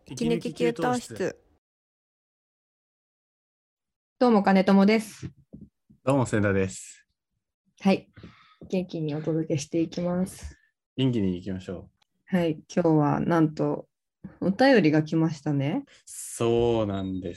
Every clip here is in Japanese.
息抜き給湯室。 どうも金友です。 どうも千田です。 はい、元気にお届けしていきます。 元気に行きましょはい、今日はなんとお便りが来ましたね。 そうなんです。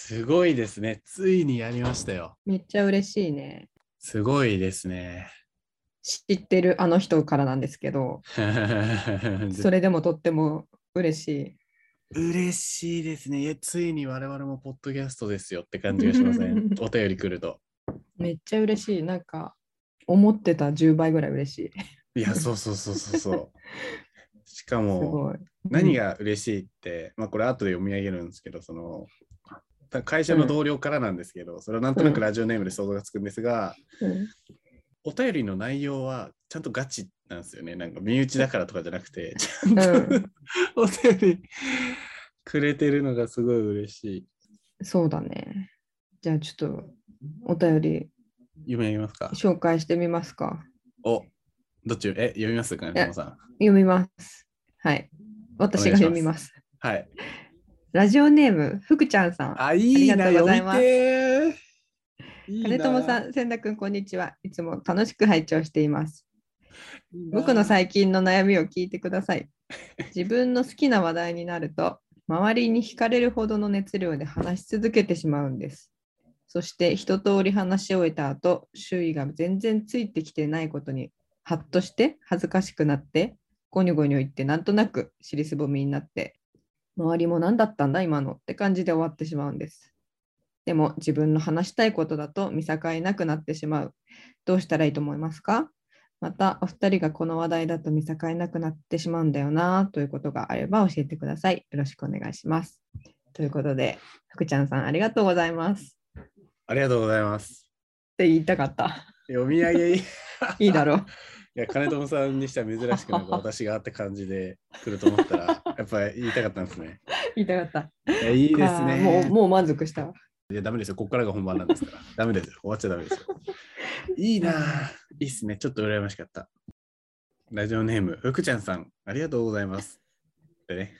すごいですね。ついにやりましたよ。 めっちゃ嬉しいね。 すごいですね。 知ってるあの人からなんですけど、それでもとっても嬉し嬉しいですね。ついに我々もポッドキャストですよって感じがしません？ い。 お便り来ると。 めっちゃ嬉しい。なんか思ってた10倍ぐらい嬉しい。 いや、そうそうそうそうそう。しかも、 すごい。 何が嬉しいって、これ後で読み上げるんですけど、会社の同僚からなんですけど、それはなんとなくラジオネームで想像がつくんですが、お便りの内容はちゃんとガチなんですよね。なんか身内だからとかじゃなくて、ちゃんと、お便りくれてるのがすごい嬉しい。 そうだね。じゃあちょっとお便り読み上げますか？ 紹介してみますか。 どっち読みますかね、ともさん。 読みます。はい。 お私が願いします。 読みます。 はい。 ラジオネーム、ふくちゃんさん。 あ、 ありいいな、 がとうご読みざいます。 てー。いい金友さな。 ん、千田くん、こんにちは。いつも楽しく拝聴しています。 いい僕のな。 最近の悩みを聞いてください。自分の好きな話題になると、周りに惹かれるほどの熱量で話し続けてしまうんです。そして一通り話し終えた後、周囲が全然ついてきてないことにハッとして恥ずかしくなって、ゴニョゴニョ言ってなんとなく尻すぼみになって、周りも何だったんだ今のって感じで終わってしまうんです。でも自分の話したいことだと見境なくなってしまう。どうしたらいいと思いますか？またお二人がこの話題だと見境なくなってしまうんだよなということがあれば教えてください。よろしくお願いします。ということで、福ちゃんさんありがとうございます。 ありがとうございます。 って言いたかった。 読み上げいいいだろう。 いや、金友さんにしては珍しくなんか私があって感じで来ると思ったら、やっぱり言いたかったんですね。 言いたかった。 いや、いいですね。 もう満足したわ。 いや、ダメですよ。ここからが本番なんですから。ダメですよ。終わっちゃダメですよ。いいなぁ。いいっすね。ちょっと羨ましかった。ラジオネーム、福ちゃんさん、ありがとうございます。でね。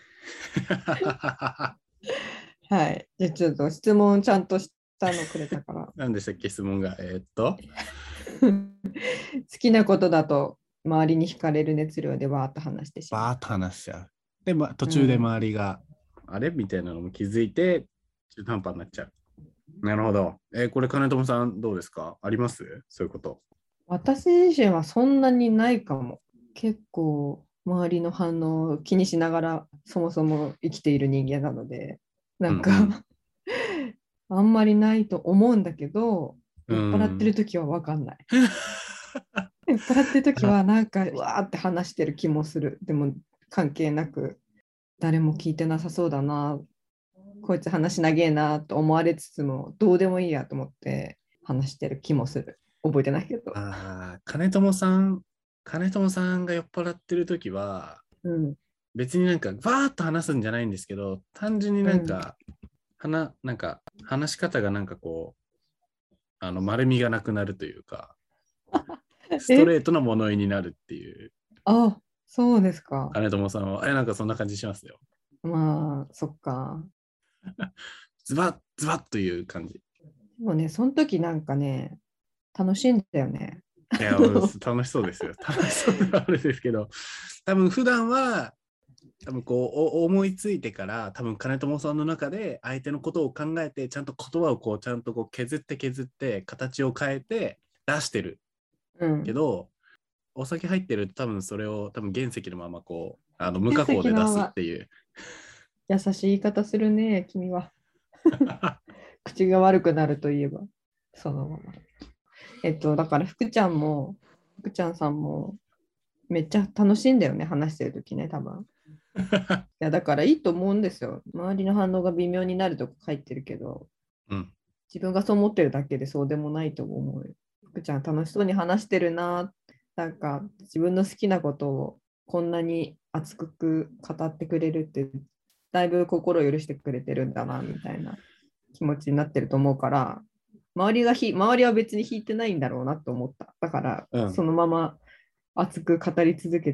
はい。じゃあちょっと質問ちゃんとしたのくれたから。 何でしたっけ、質問が。 好きなことだと周りに惹かれる熱量でわーっと話してしまう。 バーッと話しちゃう。で、途中で周りが、あれみたいなのも気づいて、中途半端になっちゃう。なるほど。これ、金友さん、どうですか？ありますそういうこと？ 私自身はそんなにないかも。結構周りの反応を気にしながらそもそも生きている人間なので、なんか、あんまりないと思うんだけど、 う酔っ払ってるん。 時は分かんない。酔っ払ってる時はなんかわーって話してる気もする。でも関係なく誰も聞いてなさそうだな、こいつ話長えなと思われつつもどうでもいいやと思って話してる気もする。覚えてないけど。 金友さんが酔っ払ってる時は、 うん。 別になんか、バーッと話すんじゃないんですけど、単純にうん。 なんか、話し方がなんかこう、丸みがなくなるというか、ストえ、 レートな物言いになるっていう、 あ、そうですか。 金友さんは、なんかそんな感じしますよ。 まあ、そっか。 ズバッ、ズバッという感じ。 でもね、その時なんかね、楽しいんだよね。 いや、楽しそうですよ。楽しそうではあるんですけど、多分普段は、多分こう思いついてから多分金友さんの中で相手のことを考えてちゃんと言葉をこうちゃんとこう削って削って形を変えて出してるうん。 けど、お酒入ってると多分それを多分原石のままこう無原加工で出すっ石のままていう。 優しい言い方するね、君は。口が悪くなるといえば、そのまま。だから福ちゃんさんもめっちゃ楽しいんだよね、話してる時ね、多分。いや、だからいいと思うんですよ。周りの反応が微妙になるとか書いてるけど、 うん、 自分がそう思ってるだけでそうでもないと思うよ。福ちゃん楽しそうに話してるな。なんか自分の好きなことをこんなに熱く語ってくれるって、だいぶ心を許してくれてるんだな、みたいな気持ちになってると思うから、周りは別に引いてないんだろうなと思った。だから、そうん。 のまま熱く語り続けて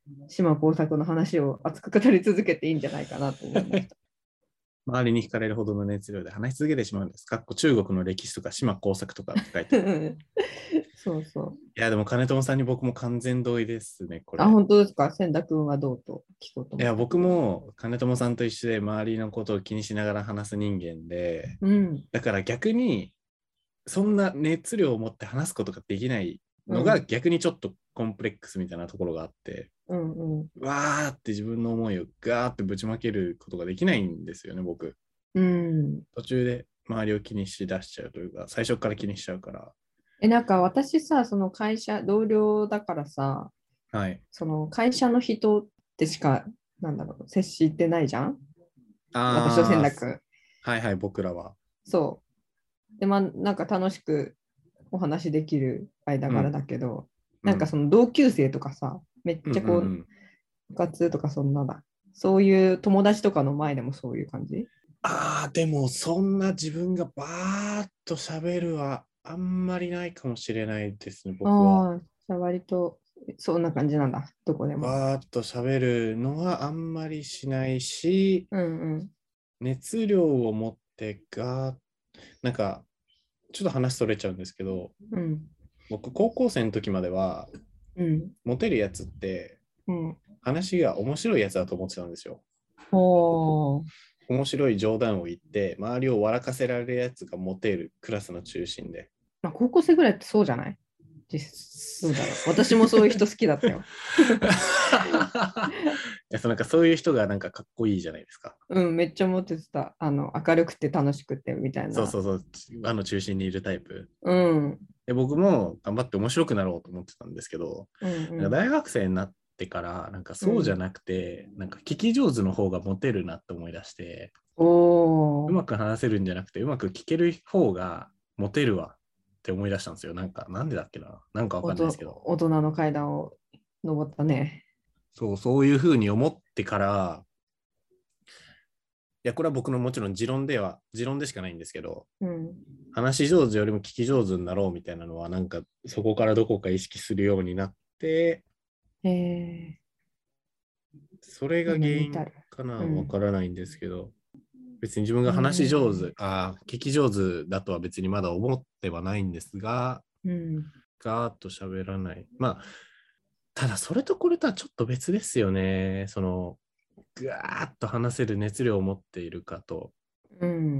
島耕作の話を熱く語り続けていいんじゃないかなと思いました。 周りに惹かれるほどの熱量で話し続けてしまうんです。かっこ中国の歴史とか島耕作とかって書いてある。 そうそう。 いや、でも金友さんに僕も完全同意ですね、これ。 あ、本当ですか？千田君はどうと聞こうと思って。 いや、僕も金友さんと一緒で周りのことを気にしながら話す人間で、 うん、 だから逆にそんな熱量を持って話すことができないのがうん、 逆にちょっとコンプレックスみたいなところがあって、 うんうん、 わーって自分の思いをガーってぶちまけることができないんですよね、僕。 うん。 途中で周りを気にしだしちゃうというか、最初から気にしちゃうから。 なんか私さ、その会社、同僚だからさ、 はい。 その会社の人ってしか、なんだろう、接してないじゃん、私と千あー、 田君。 はいはい、僕らは。 そう。で、まあ、なんか楽しくお話できる間柄だけど、なんかその同級生とかさ、めっちゃこう、部活とかそんなだ。そういう友達とかの前でもそういう感じ？ でもそんな自分がバーッと喋るはあんまりないかもしれないですね、僕は。 ああ、じゃあ割とそんな感じなんだ、どこでも。 バーッと喋るのはあんまりしないし、 うんうん。 熱量を持ってなんか、ちょっと話それちゃうんですけど、 うん。 僕、高校生の時までは、 うん。 モテるやつって、 うん。 話が面白いやつだと思ってたんですよ。 おー。 面白い冗談を言って、周りを笑かせられるやつがモテるクラスの中心で。 まあ、高校生ぐらいってそうじゃない？どうだろう。私もそういう人好きだったよ。 なんかそういう人がなんかかっこいいじゃないですか。 うん、めっちゃモテてた。明るくて楽しくてみたいな。 そうそうそう、中心にいるタイプ。 うん。 で、僕も頑張って面白くなろうと思ってたんですけど、 うんなんか大学生になってから、なんかそうじゃなくて、なんか聞き上手の方がモテるなって思い出して、 おー。 うまく話せるんじゃなくて、うまく聞ける方がモテるわって思い出したんですよ。なんか、なんでだっけな。なんかわかんないですけど。 大人の階段を登ったね。 そういうふうに思ってから、いや、これは僕のもちろん持論でしかないんですけど、 うん。 話し上手よりも聞き上手になろうみたいなのは、なんかそこからどこか意識するようになって、 えそれが原因今に至る。 かな、 うん。 わからないんですけど、別に自分が話し上手、聞き上手だとは別にまだ思ってはないんですが、 うん。 ガーッと喋らない。まあ、ただそれとこれとはちょっと別ですよね。ガーッと話せる熱量を持っているかと。 うん。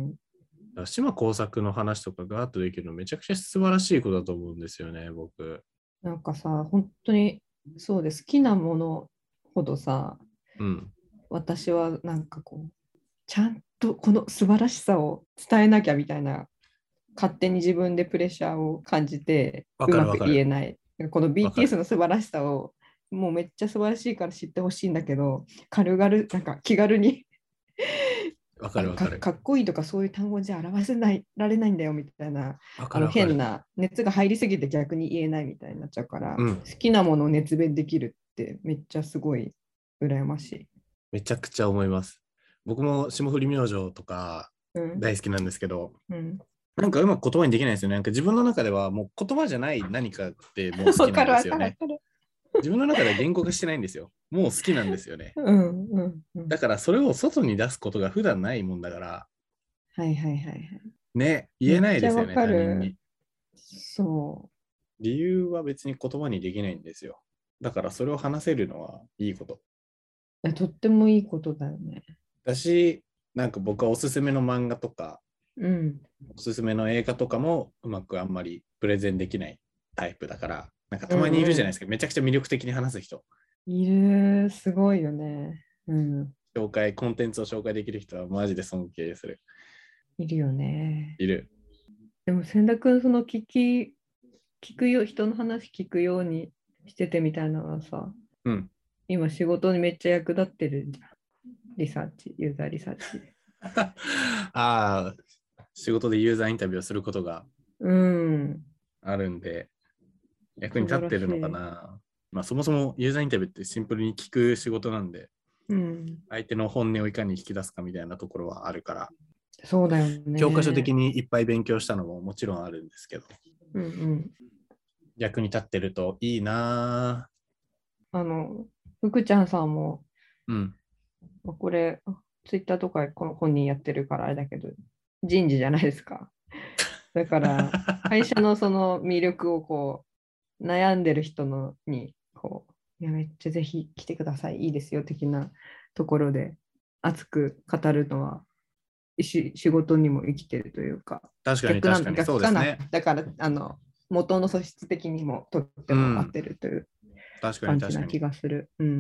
島耕作の話とかガーッとできるのめちゃくちゃ素晴らしいことだと思うんですよね、僕。 なんかさ、本当にそうで好きなものほどさ、 うん。 私はなんかこう、ちゃんとこの素晴らしさを伝えなきゃみたいな、勝手に自分でプレッシャーを感じて、 わうまくかるわかる。 言えない。このわか BTS る。 の素晴らしさを、もうめっちゃ素晴らしいから知ってほしいんだけど、軽々、なんか気軽にわかるわかる。 かっこいいとかそういう単語じゃ表せないられないんだよみたいな、 わかるわかる。 変な熱が入りすぎて逆に言えないみたいになっちゃうから、 うん。 好きなものを熱弁できるってめっちゃすごい羨ましい。 めちゃくちゃ思います。僕も霜降り明星とかうん。 大好きなんですけど、 うん。 なんかうまく言葉にできないですよね。なんか自分の中ではもう言葉じゃない何かってもう好きなんわかるですよね。 わかるわかる。 自分の中では言語化してないんですよ。もう好きなんですよね。 うんうんうん。 だからそれを外に出すことが普段ないもんだから、 はいはいはいはい。 ね、言えめっないですよね、 ちゃわか他人る。 に。 そ理由は別に言葉にできないんですよ。だからそれを話せるのはいいこと。 う。とってもいいことだよね。 だし、なんか僕はおすすめの漫画とか、 うん。 おすすめの映画とかもうまくあんまりプレゼンできないタイプだから、なんかうたまにいるじゃないんうですか。めちゃくちゃ魅力的に話す人。 ん。いる。すごいよね。うん。 コンテンツを紹介できる人はマジで尊敬する。 いるよね。 いる。 でも千田君、その聞くよ、人の話聞くようにしててみたいなのはさ、 うん。 今仕事にめっちゃ役立ってるじゃん。リサーチ、ユーザーリサーチ。 ああ、仕事でユーザーインタビューをすることがうん。 あるんで、役に素晴ら立ってるのかしい。 な。まあそもそもユーザーインタビューってシンプルに聞く仕事なんで、 うん。 相手の本音をいかに引き出すかみたいなところはあるから、 そうだよ教科書的ね。 にいっぱい勉強したのももちろんあるんですけど、 うんうん。 役に立ってるといいな。 あの、 福ちゃんさんも、 うん。 これ、ツイッターとかこの本人やってるからあれだけど、人事じゃないですか。だから、会社のその魅力をこう、悩んでる人のに、こう、いや、めっちゃぜひ来てください、いいですよ、的なところで熱く語るのは、仕事にも生きてるというか、 確かに確かにそう逆かな。 ですね。 だから、元の素質的にもとっても合ってるという確かに感じな気確かに。 がする。うんうん。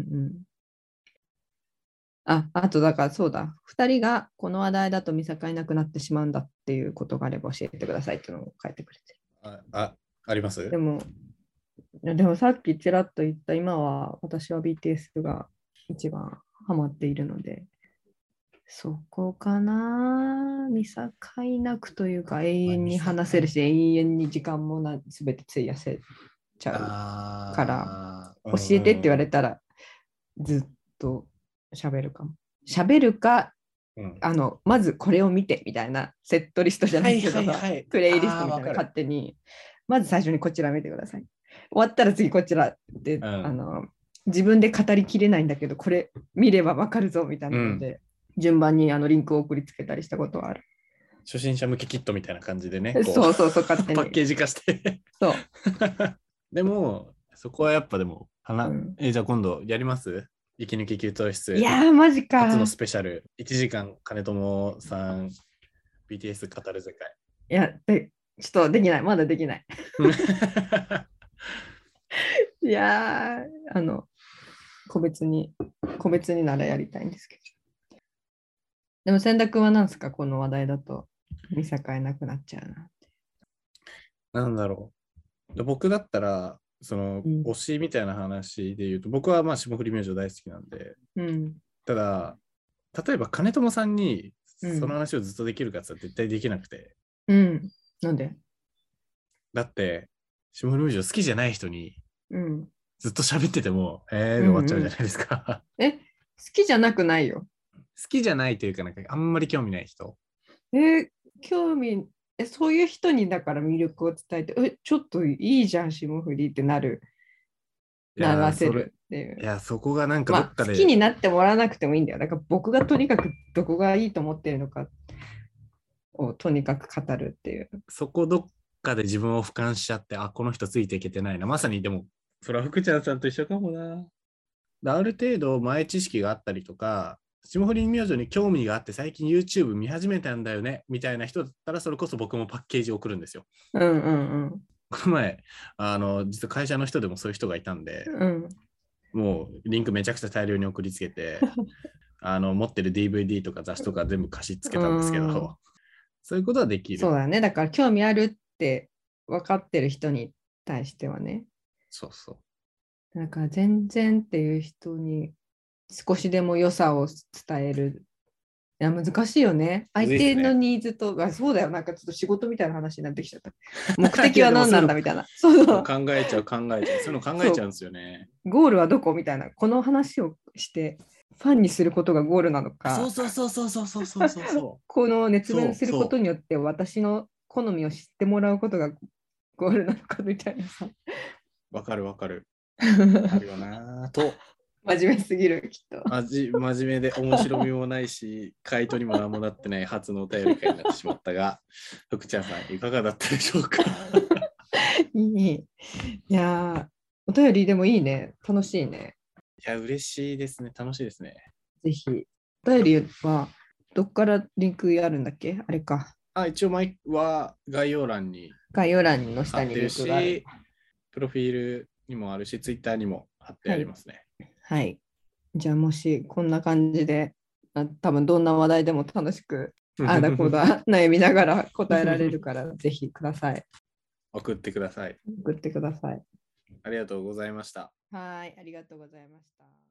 あとだからそうだ、2人がこの話題だと見境なくなってしまうんだっていうことがあれば教えてくださいっていうのを書いてくれてる。 ありますでもさっきちらっと言った今は私は BTS が一番ハマっているので、そこかな、見境なくというか永遠に話せるし永遠に時間も全て費やせちゃうから教えてって言われたらずっと喋るかも。喋るか、まずこれを見てみたいなセットリストじゃないけどさ、プレイリストみたいな勝手に、まず最初にこちら見てください。終わったら次こちらって、自分で語りきれないんだけど、これ見ればわかるぞみたいなので、順番にリンクを送りつけたりしたことはある。 初心者向けキットみたいな感じでね、 そうそうそう、勝手に。 パッケージ化してそう。 でも、そこはやっぱでも、じゃあ今度やります息抜き給湯室。 いやー、マジか。 初のスペシャル。1時間、金友さん、BTS 語る世界。 いや、ちょっとできない。まだできない。いやー、個別にならやりたいんですけど。でも、千田君は何ですか、この話題だと見境なくなっちゃうなって。 なんだろう。僕だったら、推しみたいな話で言うと、僕はまあ霜降り明星大好きなんで、ただ、例えば金友さんにその話をずっとできるかって言ったら絶対できなくて。 なんで？ だって、霜降り明星好きじゃない人に、ずっと喋ってても、で終わっちゃうじゃないですか。 好きじゃなくないよ。 好きじゃないというか、なんかあんまり興味ない人。 興味、そういう人にだから魅力を伝えて、ちょっといいじゃん、霜降りってなる。流せるっていう。 いや、そこがなんかどっかで、 好きになってもらわなくてもいいんだよ。だから僕がとにかくどこがいいと思ってるのかをとにかく語るっていう。 そこどっかで自分を俯瞰しちゃって、この人ついていけてないな。まさにでも、それは福ちゃんさんと一緒かもな。ある程度前知識があったりとか、霜降り明星に興味があって最近 YouTube 見始めたんだよねみたいな人だったら、それこそ僕もパッケージ送るんですよ。この前実は会社の人でもそういう人がいたんで、もうリンクめちゃくちゃ大量に送りつけて持ってる DVD とか雑誌とか全部貸し付けたんですけど、そういうことはできる。 そうだね。だから興味あるって分かってる人に対してはね。 そうそう。 だから全然っていう人に少しでも良さを伝える。いや、難しいよね。相手のニーズと、そうだよ。なんかちょっと仕事みたいな話になってきちゃった。目的は何なんだみたいな。 そう考えちゃう。そういうの考えちゃうんですよね。 ゴールはどこみたいな。この話をしてファンにすることがゴールなのか。 そう。 この熱弁することによって私の好みを知ってもらうことがゴールなのかみたいなさ。 わかる。あるよなと。 真面目すぎる、きっと。 真面目で面白みもないし、回答にも何もなってない初のお便り会になってしまったが、福ちゃんさん、いかがだったでしょうか？ いや、お便りでもいいね。楽しいね。 いや、嬉しいですね。楽しいですね。 ぜひ。お便りは、どっからリンクあるんだっけ？あれか。 一応、前は概要欄の下にリンクがあるし、プロフィールにもあるし、ツイッターにも貼ってありますね。 はい。じゃあ、もしこんな感じで、多分どんな話題でも楽しく、あだこだ悩みながら答えられるから、ぜひください。 送ってください。 ありがとうございました。 はい、ありがとうございました。